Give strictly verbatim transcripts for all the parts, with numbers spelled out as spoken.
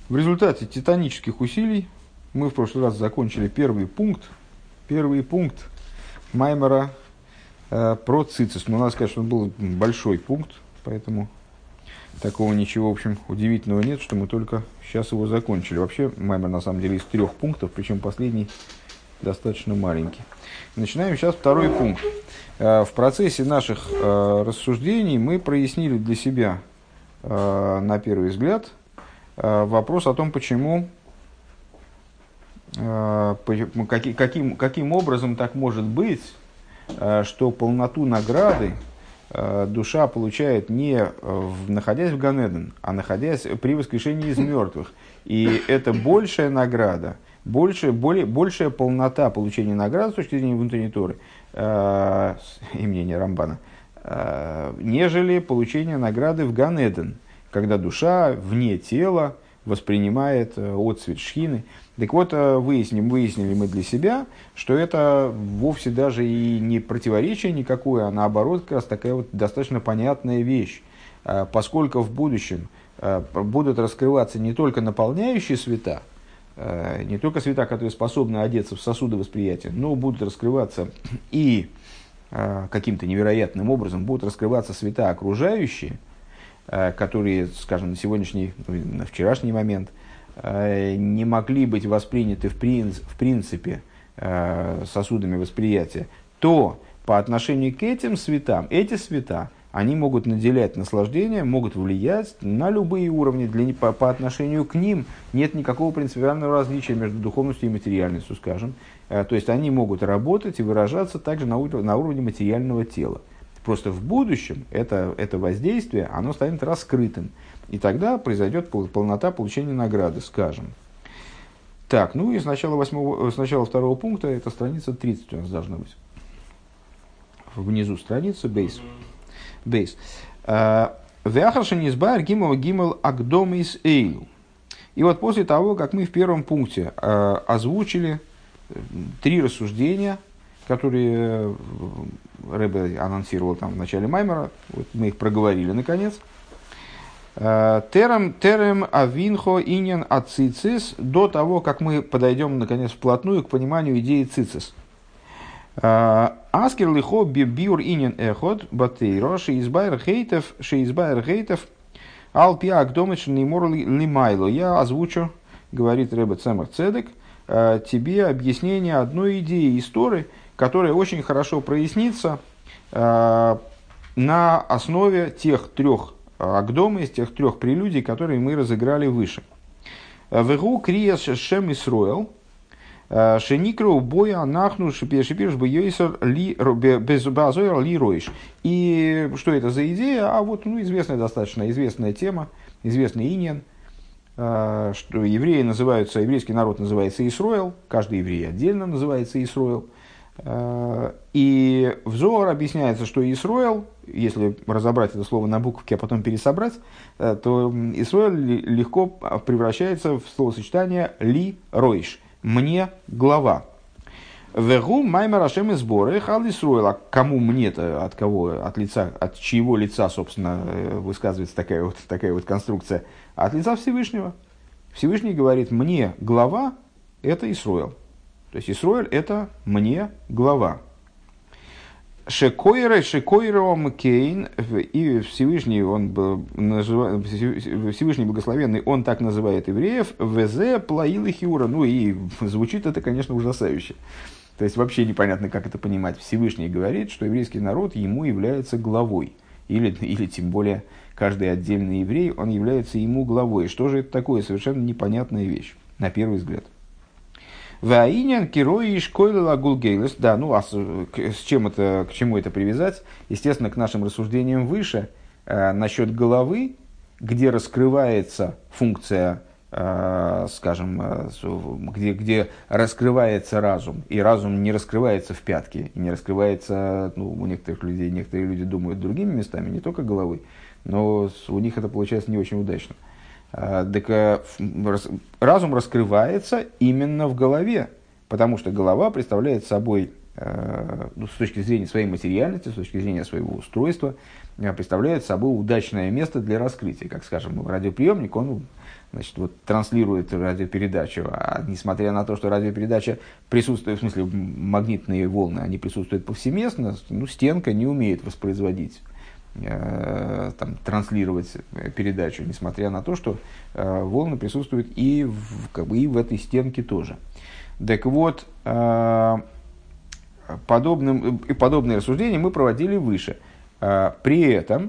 В результате титанических усилий мы в прошлый раз закончили первый пункт, первый пункт Маймера э, про цицис. Но у нас, конечно, был большой пункт, поэтому такого ничего, в общем, удивительного нет, что мы только сейчас его закончили. Вообще, Маймер на самом деле из трех пунктов, причем последний достаточно маленький. Начинаем сейчас второй пункт. Э, в процессе наших э, рассуждений мы прояснили для себя, э, на первый взгляд, вопрос о том, почему, каким, каким образом так может быть, что полноту награды душа получает не находясь в Ганеден, а находясь при воскрешении из мертвых. И это большая награда, большая, более, большая полнота получения награды с точки зрения внутренней Торы и мнения Рамбана, нежели получение награды в Ганеден, когда душа вне тела воспринимает отцвет шхины. Так вот, выясним, выяснили мы для себя, что это вовсе даже и не противоречие никакое, а наоборот, как раз такая вот достаточно понятная вещь. Поскольку в будущем будут раскрываться не только наполняющие света, не только света, которые способны одеться в сосуды восприятия, но будут раскрываться и каким-то невероятным образом будут раскрываться света окружающие, которые, скажем, на сегодняшний, на вчерашний момент не могли быть восприняты в, принц, в принципе сосудами восприятия, то по отношению к этим светам, эти света, они могут наделять наслаждением, могут влиять на любые уровни. Для, по, по отношению к ним нет никакого принципиального различия между духовностью и материальностью, скажем. То есть они могут работать и выражаться также на, уровне, на уровне материального тела. Просто в будущем это, это воздействие, оно станет раскрытым. И тогда произойдет полнота получения награды, скажем. Так, ну и с начала, восьмого, с начала второго пункта, это страница тридцать у нас должна быть. Внизу страницы, бейс. Бейс. Вяхаршин избайр гимал гимал агдом из эйлу. И вот после того, как мы в первом пункте озвучили три рассуждения, которые Ребе анонсировал там в начале Маймера, вот мы их проговорили наконец. Терем, терем авинхо иньян ацицис, до того, как мы подойдем наконец вплотную к пониманию идеи цицис. Аскер лихо биур иньян эхот батейро шеизбайр хейтов шеизбайр хейтов алпиа агдомыч нимор лимайло. Я озвучу, говорит Ребе Цемах Цедек, тебе объяснение одной идеи истории, которая очень хорошо прояснится э, на основе тех трех агдом, из тех трех прелюдий, которые мы разыграли выше. Вегу криес шем Исроэл, шеникру боя нахну шипирш бьёйсер ли безбазойр ли роиш. И что это за идея? А вот ну, известная достаточно известная тема, известный иньян, что евреи называются, еврейский народ называется Исроэл, каждый еврей отдельно называется Исроэл. И в Зоар объясняется, что Исроэл, если разобрать это слово на буковки, а потом пересобрать, то Исроэл легко превращается в словосочетание «ли ройш» – «мне глава». Вегу маймер ашем из сбора хал Исроэл. А кому мне-то, от кого, от лица, от чьего лица, собственно, высказывается такая вот, такая вот конструкция? От лица Всевышнего. Всевышний говорит: «Мне глава» – это Исроэл. То есть Исроэль – это «мне глава». Шекойре, шекойром кейн, и Всевышний, он, Всевышний Благословенный, он так называет евреев, везе плаил и хиура. Ну и звучит это, конечно, ужасающе. То есть вообще непонятно, как это понимать. Всевышний говорит, что еврейский народ ему является главой. Или, или тем более каждый отдельный еврей, он является ему главой. Что же это такое? Совершенно непонятная вещь, на первый взгляд. Ваинян кирои шкойла гулгейлес. Да, ну а с, с чем это, к чему это привязать? Естественно, к нашим рассуждениям выше э, насчет головы, где раскрывается функция, э, скажем, э, где, где раскрывается разум, и разум не раскрывается в пятке, и не раскрывается, ну, у некоторых людей, некоторые люди думают другими местами, не только головой, но у них это получается не очень удачно. Так разум раскрывается именно в голове, потому что голова представляет собой, ну, с точки зрения своей материальности, с точки зрения своего устройства, представляет собой удачное место для раскрытия. Как, скажем, радиоприемник, он значит, вот, транслирует радиопередачу, а несмотря на то, что радиопередача присутствует, в смысле магнитные волны, они присутствуют повсеместно, ну, стенка не умеет воспроизводить, э, там, транслировать передачу, несмотря на то, что э, волны присутствуют и в, как бы, и в этой стенке тоже. Так вот, э, подобным, и подобные рассуждения мы проводили выше. Э, при этом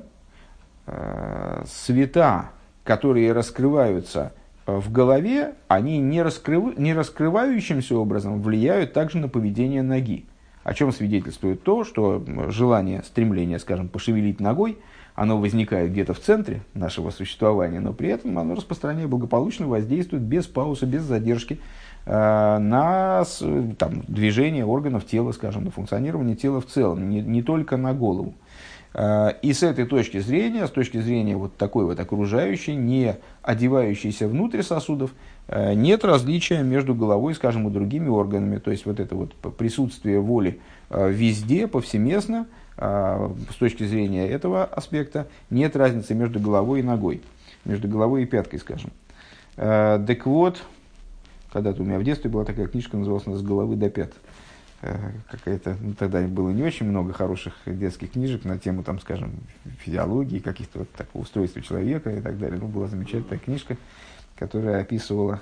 э, света, которые раскрываются в голове, они не, раскрыв... не раскрывающимся образом влияют также на поведение ноги. О чем свидетельствует то, что желание, стремление, скажем, пошевелить ногой, оно возникает где-то в центре нашего существования, но при этом оно распространяет, благополучно воздействует без паузы, без задержки э, на там, движение органов тела, скажем, на функционирование тела в целом, не, не только на голову. И с этой точки зрения, с точки зрения вот такой вот окружающей, не одевающейся внутрь сосудов, нет различия между головой, скажем, и другими органами. То есть вот это вот присутствие воли везде, повсеместно, с точки зрения этого аспекта, нет разницы между головой и ногой, между головой и пяткой, скажем. Так вот, когда-то у меня в детстве была такая книжка, называлась «С головы до пят». Какая-то, ну, тогда было не очень много хороших детских книжек на тему, там, скажем, физиологии, каких-то вот такого устройства человека и так далее. Ну, была замечательная книжка, которая описывала,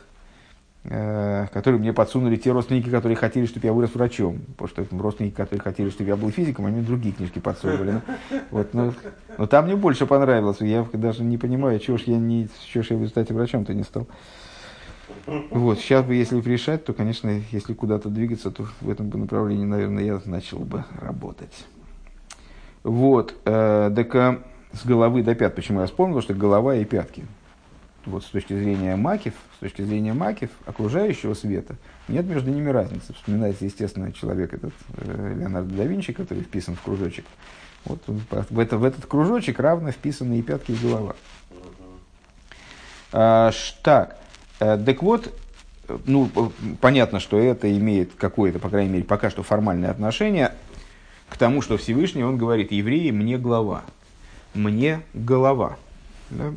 э, которую мне подсунули те родственники, которые хотели, чтобы я вырос врачом. Потому что родственники, которые хотели, чтобы я был физиком, они другие книжки подсовывали. Ну, вот, но, но там мне больше понравилось. Я даже не понимаю, чего ж я, не, чего ж я в результате врачом-то не стал. Вот, сейчас бы, если решать, то, конечно, если куда-то двигаться, то в этом бы направлении, наверное, я начал бы работать. Вот, э, так э, с головы до пят, почему я вспомнил, что голова и пятки. Вот с точки зрения макев, с точки зрения макев, окружающего света, нет между ними разницы. Вспоминается, естественно, человек этот, э, Леонардо да Винчи, который вписан в кружочек. Вот в, это, в этот кружочек равно вписаны и пятки, и голова. А, так. Так вот, ну, понятно, что это имеет какое-то, по крайней мере, пока что формальное отношение к тому, что Всевышний, он говорит: евреи, мне глава, мне голова. Да?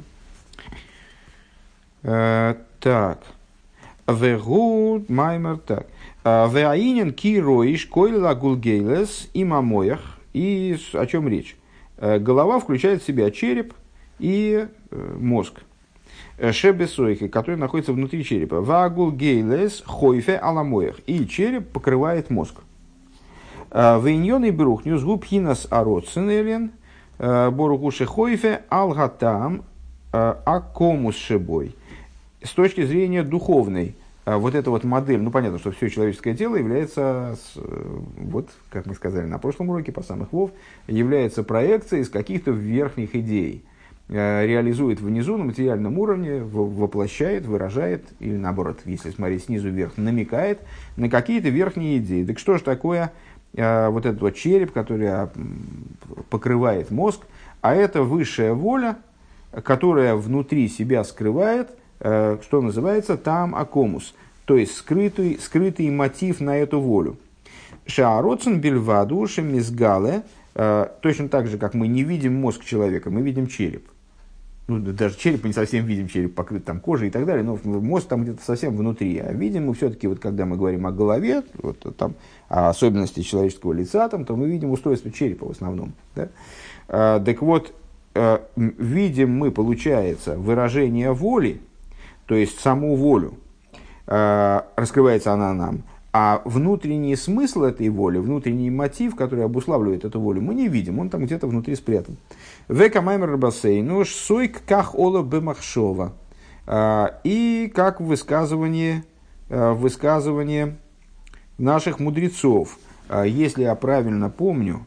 А, так. Вегуд маймер так. Веаинен кироиш койла гулгейлес и мамоях. И о чем речь? Голова включает в себя череп и мозг. Шебесойки, который находится внутри черепа. Вагул гейлес хойфе аламоях. И череп покрывает мозг. Вейньон и брух ньюзгуб хинас ароцинелен борухуши хойфе алгатам акомус шебой. С точки зрения духовной, вот эта вот модель, ну понятно, что все человеческое тело является, вот как мы сказали на прошлом уроке по самых вов, является проекцией из каких-то верхних идей. Реализует внизу на материальном уровне, воплощает, выражает, или наоборот, если смотреть снизу вверх, намекает на какие-то верхние идеи. Так что же такое э, вот этот вот череп, который покрывает мозг? А это высшая воля, которая внутри себя скрывает, э, что называется там акомус, то есть скрытый, скрытый мотив на эту волю. Шаароцен бельваду шемизгале, точно так же, как мы не видим мозг человека, мы видим череп. Ну, даже череп мы не совсем видим, череп покрыт там кожей и так далее, но мозг там где-то совсем внутри. А видим мы все-таки, вот, когда мы говорим о голове, вот, там, о особенности человеческого лица, там, то мы видим устройство черепа в основном. Да? А, так вот, а, видим мы, получается, выражение воли, то есть саму волю, а, раскрывается она нам, а внутренний смысл этой воли, внутренний мотив, который обуславливает эту волю, мы не видим, он там где-то внутри спрятан. Века маймер рабасей, ну сойк ках ола бемахшова. И как высказывание, высказывание наших мудрецов. Если я правильно помню,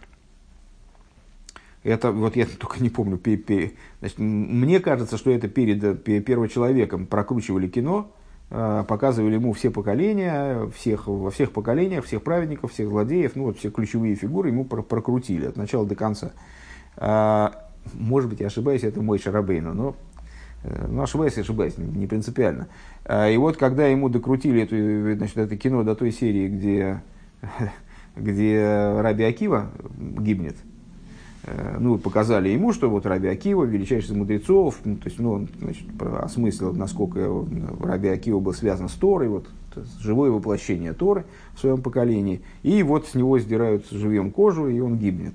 это вот я только не помню, значит, мне кажется, что это перед первочеловеком прокручивали кино, показывали ему все поколения, всех, во всех поколениях, всех праведников, всех злодеев, ну вот все ключевые фигуры ему прокрутили от начала до конца. Может быть, я ошибаюсь, это Мойше Рабейну, но ну, ошибаюсь, ошибаюсь, не принципиально. И вот когда ему докрутили эту, значит, это кино до той серии, где, где Раби Акива гибнет, ну, показали ему, что вот Раби Акива, величайший из мудрецов, ну, то есть, ну, он, значит, осмыслил, насколько Раби Акива был связан с Торой, вот, живое воплощение Торы в своем поколении, и вот с него сдирают живьем кожу, и он гибнет.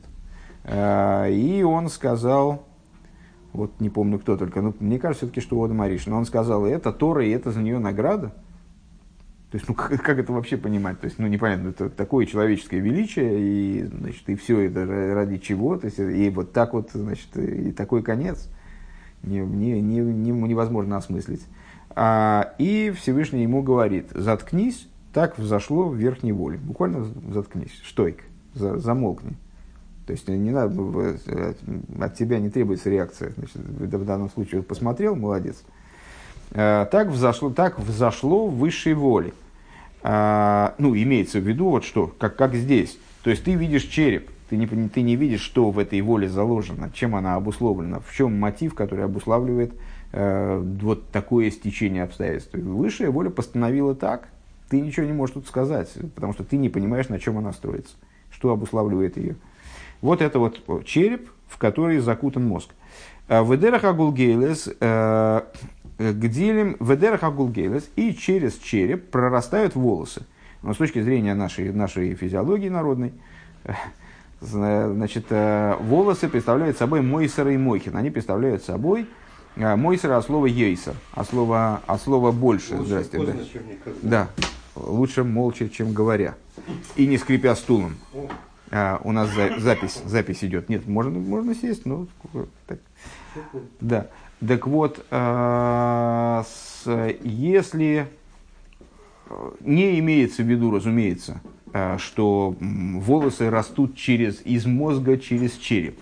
И он сказал, вот не помню кто только, но мне кажется все-таки, что Ода Мариш, но он сказал, это Тора, и это за нее награда. То есть, ну, как, как это вообще понимать? То есть, ну, непонятно, это такое человеческое величие, и, значит, и все это ради чего, то есть, и вот так вот, значит, и такой конец не, не, не, не, невозможно осмыслить. А, и Всевышний ему говорит, заткнись, так взошло в верхней воле. Буквально заткнись, штойк, за, замолкни. То есть, не надо, от тебя не требуется реакция. Значит, в данном случае вот посмотрел, молодец. Так взошло, так взошло в высшей воле. А, ну, имеется в виду, вот что, как, как здесь. То есть, ты видишь череп, ты не, ты не видишь, что в этой воле заложено, чем она обусловлена, в чем мотив, который обуславливает э, вот такое стечение обстоятельств. Высшая воля постановила так, ты ничего не можешь тут сказать, потому что ты не понимаешь, на чем она строится, что обуславливает ее. Вот это вот череп, в который закутан мозг. Ведерах агулгейлес, гдилем ведерах агулгейлес, и через череп прорастают волосы. Но с точки зрения нашей, нашей физиологии народной, значит, волосы представляют собой мойсер и мойхин. Они представляют собой мойсер от слова ейсер, от слова, от слова больше. Лучше Здрасте, поздно, да. чем никогда. Да, лучше молча, чем говоря. И не скрипя стулом. А, у нас за, запись, запись идет. Нет, можно, можно сесть, но так. Да. Так вот, э, с, если не имеется в виду, разумеется, э, что волосы растут через, из мозга через череп,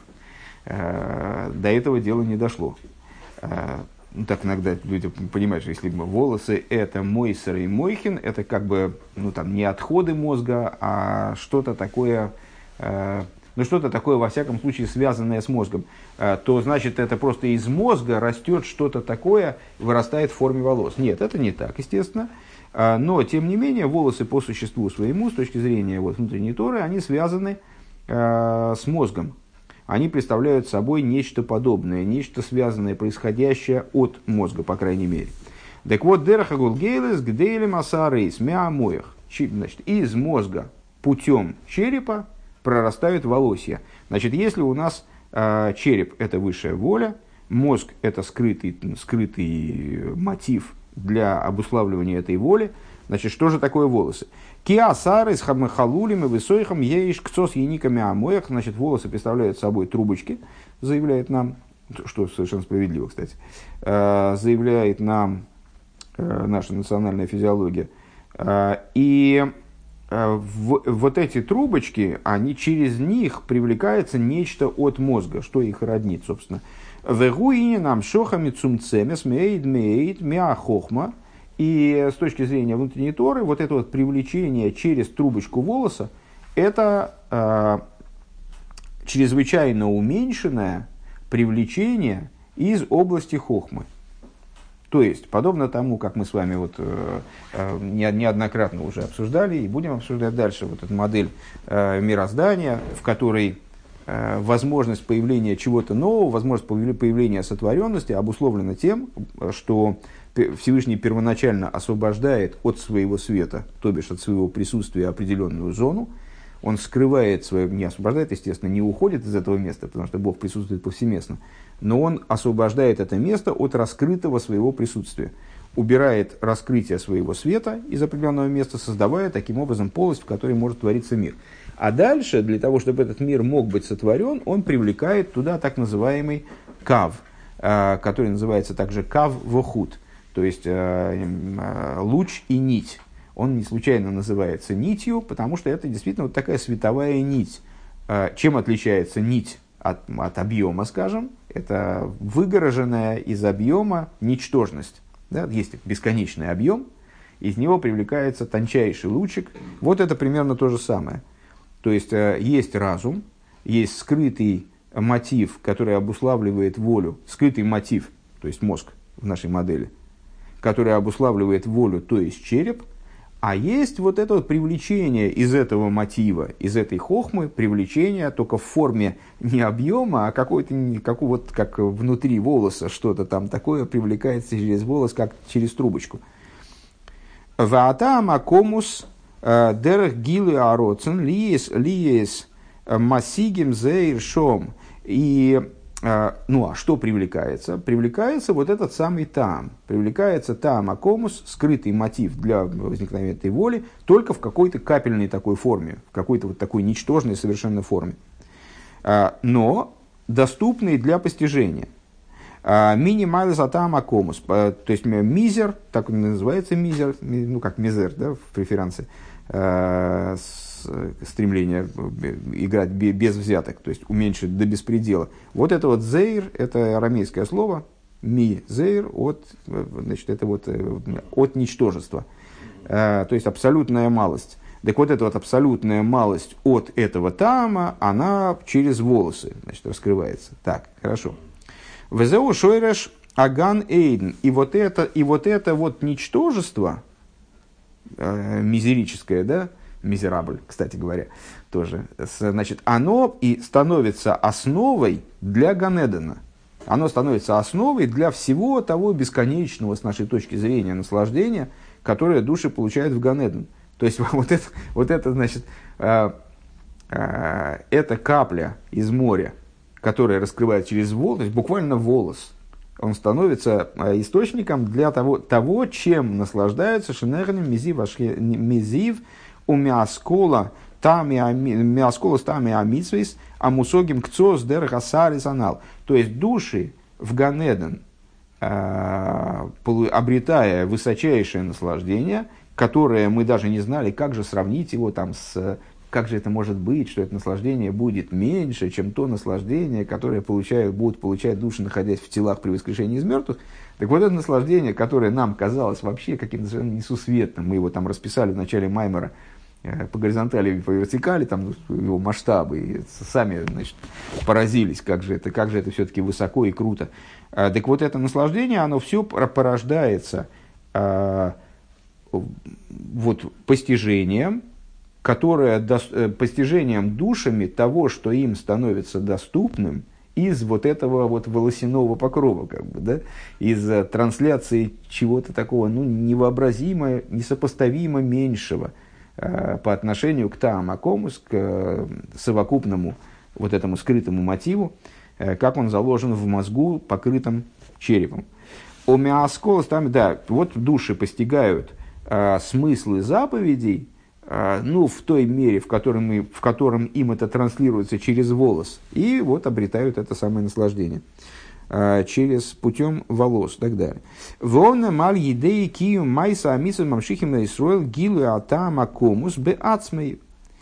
э, до этого дела не дошло. Э, ну, так иногда люди понимают, что если волосы это мойсер и мойхин, это как бы ну, там, не отходы мозга, а что-то такое... ну что-то такое, во всяком случае, связанное с мозгом, то значит, это просто из мозга растет что-то такое, вырастает в форме волос. Нет, это не так, естественно. Но, тем не менее, волосы по существу своему, с точки зрения вот, внутренней Торы, они связаны с мозгом. Они представляют собой нечто подобное, нечто связанное, происходящее от мозга, по крайней мере. Так вот, дераха гулгейлес гдейлем асарейс миамоях. Значит, из мозга путем черепа прорастают волосья. Значит, если у нас э, череп – это высшая воля, мозг – это скрытый, скрытый мотив для обуславливания этой воли, значит, что же такое волосы? Киасары с хамахалулем и высойхом еиш кцос ениками амоях. Значит, волосы представляют собой трубочки, заявляет нам, что совершенно справедливо, кстати, э, заявляет нам э, наша национальная физиология. Э, и В, вот эти трубочки, они, через них привлекается нечто от мозга, что их роднит, собственно. Вегуини нам шохами цумцемес меид меид миахохма. И с точки зрения внутренней Торы, вот это вот привлечение через трубочку волоса, это э, чрезвычайно уменьшенное привлечение из области хохмы. То есть, подобно тому, как мы с вами вот, э, э, неоднократно уже обсуждали и будем обсуждать дальше, вот эту модель э, мироздания, в которой э, возможность появления чего-то нового, возможность появления сотворенности обусловлена тем, что Всевышний первоначально освобождает от своего света, то бишь от своего присутствия определенную зону, он скрывает свое, не освобождает, естественно, не уходит из этого места, потому что Бог присутствует повсеместно, но он освобождает это место от раскрытого своего присутствия, убирает раскрытие своего света из определенного места, создавая таким образом полость, в которой может твориться мир. А дальше, для того, чтобы этот мир мог быть сотворен, он привлекает туда так называемый кав, который называется также кав-вохут, то есть луч и нить. Он не случайно называется нитью, потому что это действительно вот такая световая нить. Чем отличается нить от, от объема, скажем? Это выгороженная из объема ничтожность. Да? Есть бесконечный объем, из него привлекается тончайший лучик. Вот это примерно то же самое. То есть есть разум, есть скрытый мотив, который обуславливает волю, скрытый мотив, то есть мозг в нашей модели, который обуславливает волю, то есть череп. А есть вот это вот привлечение из этого мотива, из этой хохмы, привлечение только в форме не объема, а какой-то, как, вот, как внутри волоса что-то там такое привлекается через волос, как через трубочку. Ваатам акомус дерех гилы ароцен лиес лиес массигим зейр шом. И ну а что привлекается? Привлекается вот этот самый таам. Привлекается таам акомус, скрытый мотив для возникновения этой воли, только в какой-то капельной такой форме, в какой-то вот такой ничтожной совершенно форме. Но доступный для постижения. Минимализ атаам акомус, то есть мизер, так он называется мизер, ну как мизер, да, в преферансе, стремление играть без взяток, то есть уменьшить до беспредела. Вот это вот зейр, это арамейское слово, ми зейр, от, значит, это вот от ничтожества, то есть абсолютная малость. Так вот эта вот абсолютная малость от этого таама, она через волосы, значит, раскрывается. Так, хорошо. Везеу шойреш аган эйден. И вот это, и вот это вот ничтожество, э, мизерическое, да, мизерабль, кстати говоря, тоже, значит, оно и становится основой для Ганедена. Оно становится основой для всего того бесконечного, с нашей точки зрения, наслаждения, которое души получают в Ганеден. То есть вот это, вот это значит, э, э, эта капля из моря, которая раскрывает через волос, то есть буквально волос, он становится э, источником для того, того, чем наслаждаются шинерным мизив у миаскола миаскола стами амитсвейс амусогим кцос дер хасарис анал. То есть души в Ганеден, э, обретая высочайшее наслаждение, которое мы даже не знали, как же сравнить его там с... Как же это может быть, что это наслаждение будет меньше, чем то наслаждение, которое получают, будут получать души, находясь в телах при воскрешении из мертвых. Так вот это наслаждение, которое нам казалось вообще каким-то совершенно несусветным, мы его там расписали в начале Маймера э, по горизонтали и по вертикали, там его масштабы, и сами, значит, поразились, как же это, как же это все-таки высоко и круто. А, так вот это наслаждение, оно все порождается а, вот, постижением, которое постижением душами того, что им становится доступным из вот этого вот волосяного покрова, как бы, да, из трансляции чего-то такого, ну, невообразимо, несопоставимо меньшего э, по отношению к таам акомус, к э, совокупному вот этому скрытому мотиву, э, как он заложен в мозгу, покрытым черепом. Омиасколос там, да, вот души постигают э, смыслы заповедей, ну, в той мере, в котором, мы, в котором им это транслируется через волос, и вот обретают это самое наслаждение через путем волос и так далее. Вовна маль едей кию майса амису мамшихим исроил гилу атам акомус бе ацмей.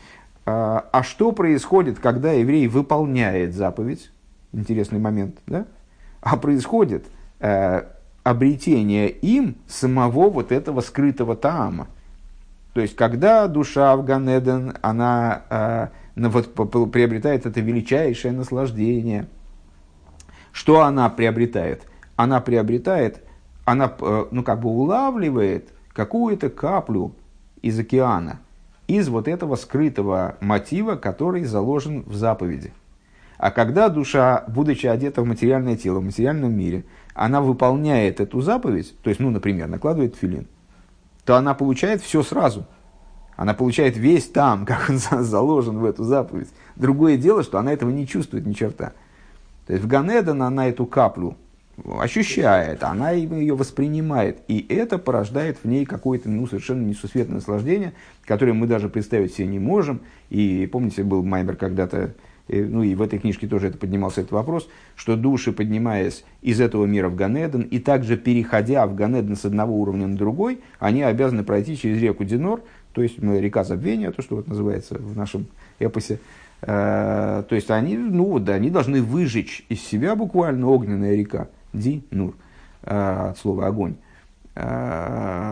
А что происходит, когда еврей выполняет заповедь? Интересный момент, да? А происходит э, обретение им самого вот этого скрытого таама. То есть, когда душа в Ганеден, она э, вот, приобретает это величайшее наслаждение, что она приобретает? Она приобретает, она э, ну, как бы улавливает какую-то каплю из океана, из вот этого скрытого мотива, который заложен в заповеди. А когда душа, будучи одета в материальное тело, в материальном мире, она выполняет эту заповедь, то есть, ну, например, накладывает тфилин, то она получает все сразу. Она получает весь там, как он заложен в эту заповедь. Другое дело, что она этого не чувствует ни черта. То есть в Ганеден она эту каплю ощущает, она ее воспринимает. И это порождает в ней какое-то, ну, совершенно несусветное наслаждение, которое мы даже представить себе не можем. И помните, был Маймер когда-то, ну и в этой книжке тоже это поднимался этот вопрос, что души, поднимаясь из этого мира в Ганеден, и также переходя в Ганеден с одного уровня на другой, они обязаны пройти через реку Динор, то есть река забвения, то, что вот называется в нашем эпосе. То есть они, ну, да, они должны выжечь из себя буквально огненная река, Ди-Нур, от слова огонь.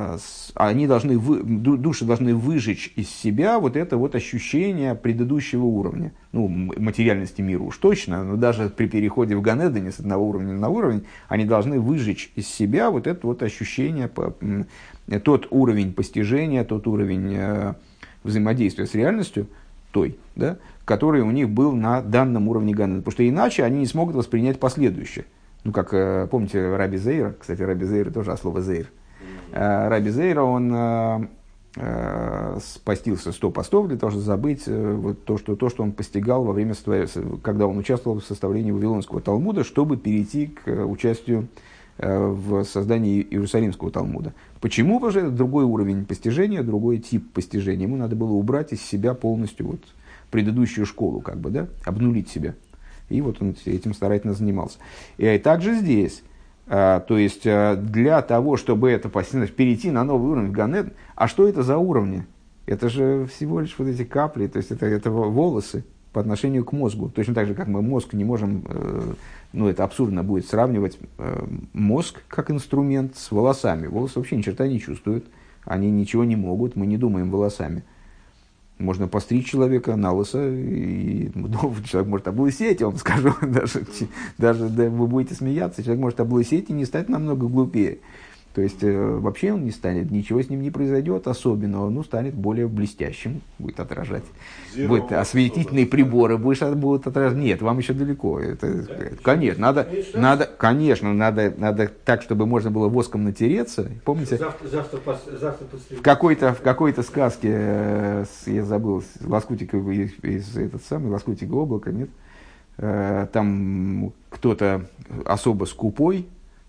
они должны, вы, души должны выжечь из себя вот это вот ощущение предыдущего уровня. Ну, материальности мира уж точно, но даже при переходе в Ганедане с одного уровня на уровень, они должны выжечь из себя вот это вот ощущение, тот уровень постижения, тот уровень взаимодействия с реальностью, той, да, который у них был на данном уровне Ганедана. Потому что иначе они не смогут воспринять последующее. Ну, как, помните, Раби Зейра, кстати, Раби Зейра тоже от слова Зейр. Раби Зейра, он э, э, постился сто постов для того, чтобы забыть э, вот то, что, то, что он постигал во время, когда он участвовал в составлении Вавилонского Талмуда, чтобы перейти к участию э, в создании Иерусалимского Талмуда. Почему? Потому что это другой уровень постижения, другой тип постижения. Ему надо было убрать из себя полностью вот предыдущую школу, как бы, да, обнулить себя. И вот он этим старательно занимался. И также здесь, а, то есть а, для того, чтобы это перейти на новый уровень в Ганеден, а что это за уровни? Это же всего лишь вот эти капли, то есть это, это волосы по отношению к мозгу. Точно так же, как мы мозг не можем, э, ну это абсурдно будет сравнивать э, мозг как инструмент с волосами. Волосы вообще ни черта не чувствуют, они ничего не могут, мы не думаем волосами. Можно постричь человека на лысо, и ну, человек может облысеть, я вам скажу, даже, даже да, вы будете смеяться, человек может облысеть и не стать намного глупее. То есть, э, вообще он не станет, ничего с ним не произойдет особенного, ну, станет более блестящим, будет отражать. Zero будет осветительные приборы будешь, будут отражать. Нет, вам еще далеко. Это, да, конечно, надо, надо, конечно, надо, надо так, чтобы можно было воском натереться. Помните, завтра, завтра, завтра в, какой-то, в какой-то сказке, э, я забыл, Лоскутик из, из этот самый, Лоскутик облака, нет? Э, там кто-то особо скупой,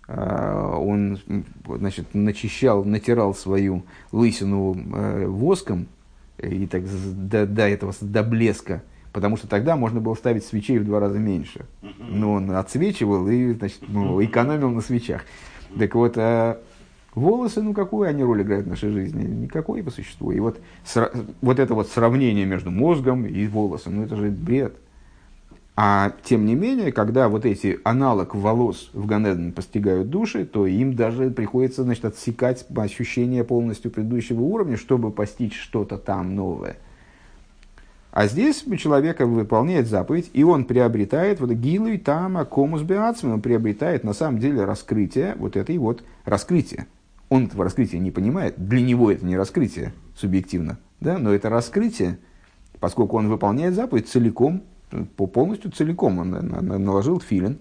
он, значит, начищал, натирал свою лысину э, воском и так до, до этого, до блеска, потому что тогда можно было ставить свечей в два раза меньше. Но он отсвечивал и, значит, ну, экономил на свечах. Так вот, а волосы, ну какую они роль играют в нашей жизни? Никакой по существу. И вот, сра- вот это вот сравнение между мозгом и волосом, ну это же бред. А тем не менее, когда вот эти аналог волос в Ганеден постигают души, то им даже приходится, значит, отсекать ощущение полностью предыдущего уровня, чтобы постичь что-то там новое. А здесь человек выполняет заповедь, и он приобретает вот гилуй тама комус беацмен, он приобретает на самом деле раскрытие, вот этой вот раскрытие. Он этого раскрытия не понимает, для него это не раскрытие субъективно, да, но это раскрытие, поскольку он выполняет заповедь целиком, полностью целиком он наложил тфилин.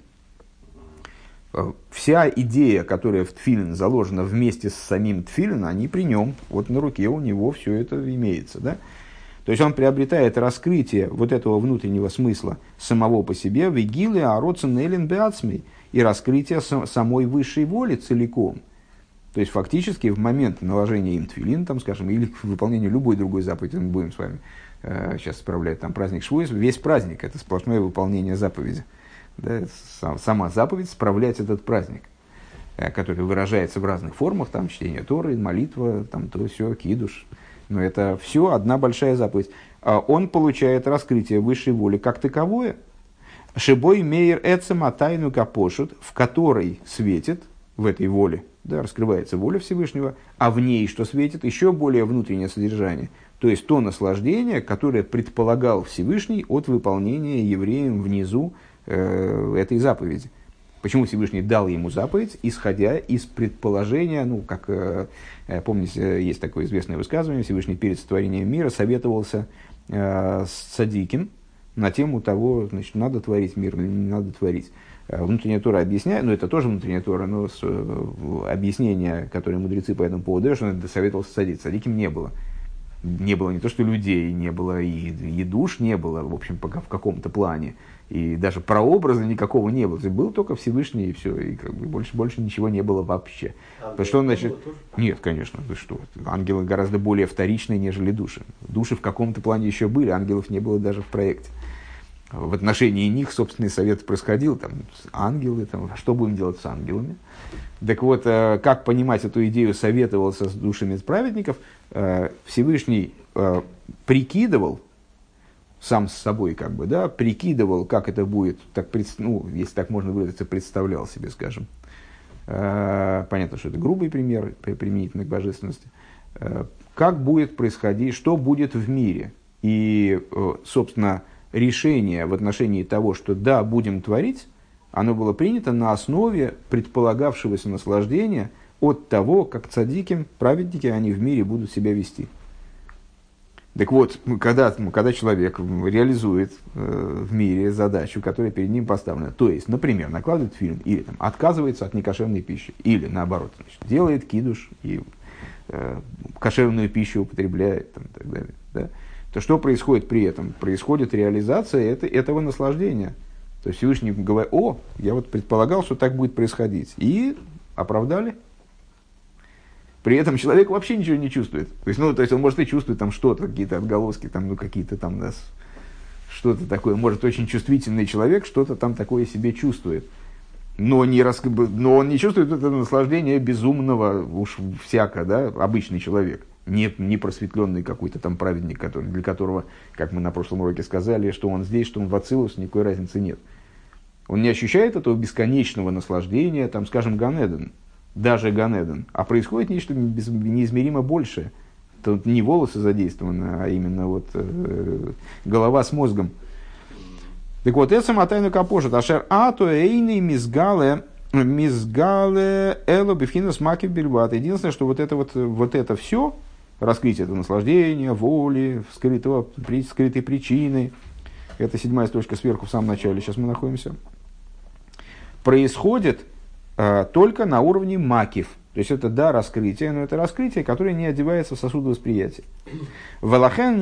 Вся идея, которая в тфилин заложена вместе с самим тфилином, они при нем, вот на руке у него все это имеется. Да? То есть он приобретает раскрытие вот этого внутреннего смысла самого по себе, вегилы ароцен элен беацмей, и раскрытие самой высшей воли целиком. То есть фактически в момент наложения им тфилин, там, скажем, или к выполнению любой другой заповеди, мы будем с вами сейчас справлять там праздник Швуис, весь праздник – это сплошное выполнение заповеди. Да, сама заповедь – справлять этот праздник, который выражается в разных формах, там чтение Торы, молитва, там то все, кидуш. Но это все одна большая заповедь. Он получает раскрытие высшей воли как таковое, шибой мейер эцема тайну капошут, в которой светит, в этой воле, да, раскрывается воля Всевышнего, а в ней, что светит, еще более внутреннее содержание. То есть то наслаждение, которое предполагал Всевышний от выполнения евреем внизу э, этой заповеди. Почему Всевышний дал ему заповедь, исходя из предположения, ну, как, э, помните, есть такое известное высказывание, Всевышний перед сотворением мира советовался э, с цадиким на тему того, значит, надо творить мир или не надо творить. Внутренняя Тора объясняет, ну это тоже внутренняя Тора, но с, э, объяснение, которое мудрецы по этому поводу дают, что он советовался садить, садиким не было. Не было не то, что людей, не было и, и душ не было, в общем, пока в каком-то плане. И даже прообраза никакого не было. То есть был только Всевышний, и все. И как бы больше, больше ничего не было вообще. А что он, значит... Нет, конечно, ты что. Ангелы гораздо более вторичные, нежели души. Души в каком-то плане еще были, ангелов не было даже в проекте. В отношении них собственный совет происходил. Там, ангелы, там, что будем делать с ангелами? Так вот, как понимать эту идею, советовался с душами праведников, Всевышний прикидывал, сам с собой, как бы, да, прикидывал, как это будет, так, ну, если так можно выразиться, представлял себе, скажем, понятно, что это грубый пример применительно к божественности, как будет происходить, что будет в мире. И, собственно, решение в отношении того, что да, будем творить, оно было принято на основе предполагавшегося наслаждения от того, как цадики, праведники, они в мире будут себя вести. Так вот, когда, когда человек реализует э, в мире задачу, которая перед ним поставлена, то есть, например, накладывает фильм, или там, отказывается от некошерной пищи, или наоборот, значит, делает кидуш и э, кошерную пищу употребляет, там, и так далее, да, то что происходит при этом? Происходит реализация это, этого наслаждения. То есть Всевышний говорит: о, я вот предполагал, что так будет происходить. И оправдали. При этом человек вообще ничего не чувствует. То есть, ну, то есть он может и чувствует там что-то, какие-то отголоски, там, ну, какие-то там нас, что-то такое. Может, очень чувствительный человек что-то там такое себе чувствует. Но, не рас... Но он не чувствует это наслаждение безумного, уж всяко, да, обычный человек. Не, не просветленный какой-то там праведник, который, для которого, как мы на прошлом уроке сказали, что он здесь, что он в Ацилус, никакой разницы нет. Он не ощущает этого бесконечного наслаждения, там, скажем, Ганеден, даже Ганеден, а происходит нечто без, неизмеримо большее. Тут не волосы задействованы, а именно вот, э, голова с мозгом. Так вот, это самотайну капошет, ашер ато эйный мизгале, мизгале эло бифхинас макив бельбат. Единственное, что вот это, вот, вот это все, раскрытие этого наслаждения, воли, скрытого, при, скрытой причины, это седьмая строчка сверху в самом начале, сейчас мы находимся, происходит э, только на уровне макив. То есть это, да, раскрытие, но это раскрытие, которое не одевается в сосуды восприятия. Велахен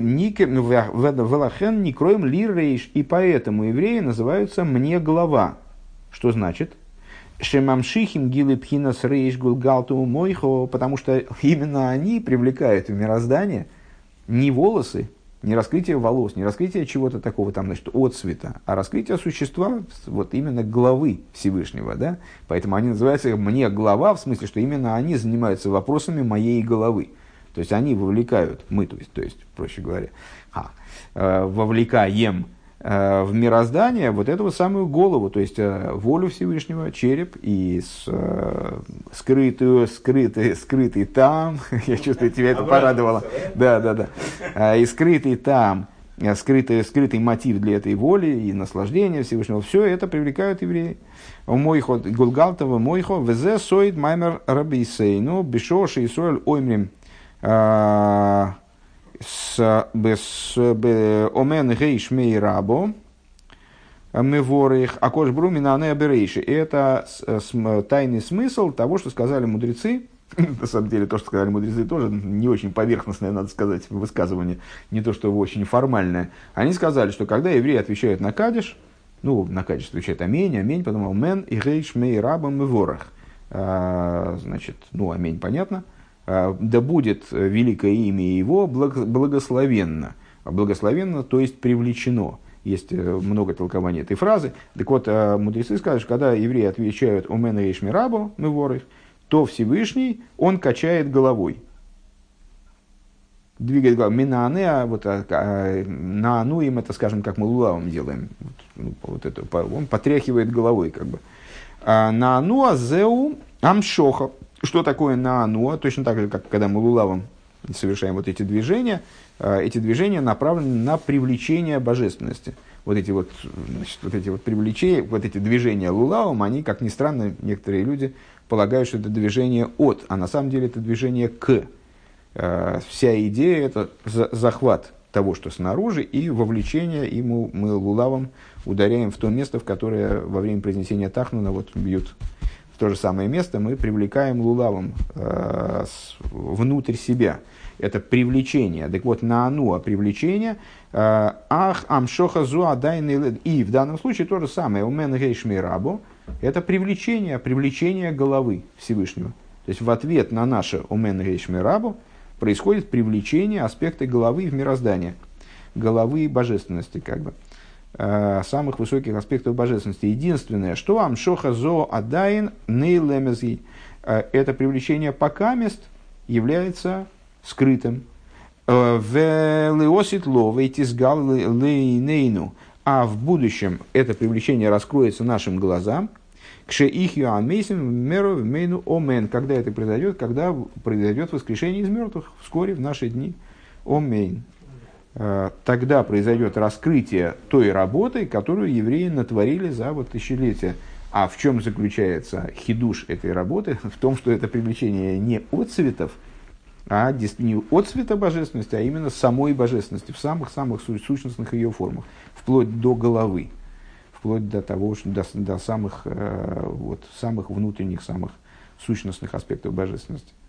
не кроем ли рейш, и поэтому евреи называются «мне голова». Что значит? Шемамшихим гилы пхинас рейш гулгалту мойхо, потому что именно они привлекают в мироздание не волосы, не раскрытие волос, не раскрытие чего-то такого там, значит, отцвета, а раскрытие существа, вот именно главы Всевышнего, да? Поэтому они называются «мне глава», в смысле, что именно они занимаются вопросами моей головы. То есть они вовлекают, мы, то есть, то есть проще говоря, а, э, вовлекаем э, в мироздание вот эту самую голову, то есть э, волю Всевышнего, череп и с, э, скрытую, скрытый, скрытый там, я чувствую, тебя это порадовало, да, да, да, и скрытый там, скрытый, скрытый мотив для этой воли и наслаждения Всевышнего, все это привлекают евреи. Мойхо Гулгалтова Мойхо везе соид маймер рабисейну бешоши Исруэль оймрим омен гейш мей рабо меворих акош брумина не аберейши. Это тайный смысл того, что сказали мудрецы. На самом деле, то, что сказали мудрецы, тоже не очень поверхностное, надо сказать, высказывание, не то, что очень формальное. Они сказали, что когда евреи отвечают на кадиш, ну, на кадиш отвечают амень, амень, потом омен гейш мей рабо меворих. Значит, ну, амень, понятно. Да будет великое имя его благословенно. Благословенно, то есть привлечено. Есть много толкований этой фразы. Так вот, мудрецы сказали, что когда евреи отвечают «Омен рейш мирабо меворих», то Всевышний, он качает головой. Двигает головой. Минаане, вот, на ану им это, скажем, как мы лулавом делаем. Вот, вот это, он потряхивает головой, как бы. На ану азеу амшоха. Что такое наануа? Точно так же, как когда мы лулавом совершаем вот эти движения, эти движения направлены на привлечение божественности. Вот эти вот, значит, вот эти вот привлечения, вот эти движения лулавом, они, как ни странно, некоторые люди полагают, что это движение от, а на самом деле это движение к. Вся идея – это захват того, что снаружи, и вовлечение, и мы, мы лулавом ударяем в то место, в которое во время произнесения тахнуна вот бьют. В то же самое место мы привлекаем лулавом э, с, внутрь себя. Это привлечение. Так вот, на ануа привлечение. Ах, амшоха зуа дайны. И в данном случае то же самое. Умен гейшми рабо. Это привлечение, привлечение головы Всевышнего. То есть в ответ на наше умен гейшми рабо происходит привлечение аспекта головы в мироздание. Головы божественности, как бы. Самых высоких аспектов божественности. Единственное, что амшоха зо адайн нейлемезги, это привлечение покамест является скрытым. Велиосит ловейтизгал лейнейну, а в будущем это привлечение раскроется нашим глазам. Кше ихью амейсим меру мейну омен. Когда это произойдет? Когда произойдет воскрешение из мертвых, вскоре, в наши дни. Омейн. Тогда произойдет раскрытие той работы, которую евреи натворили за вот тысячелетия. А в чем заключается хидуш этой работы? В том, что это привлечение не отцветов, а не отцвета божественности, а именно самой божественности, в самых-самых сущностных ее формах, вплоть до головы, вплоть до того, что до, до самых, вот, самых внутренних, самых сущностных аспектов божественности.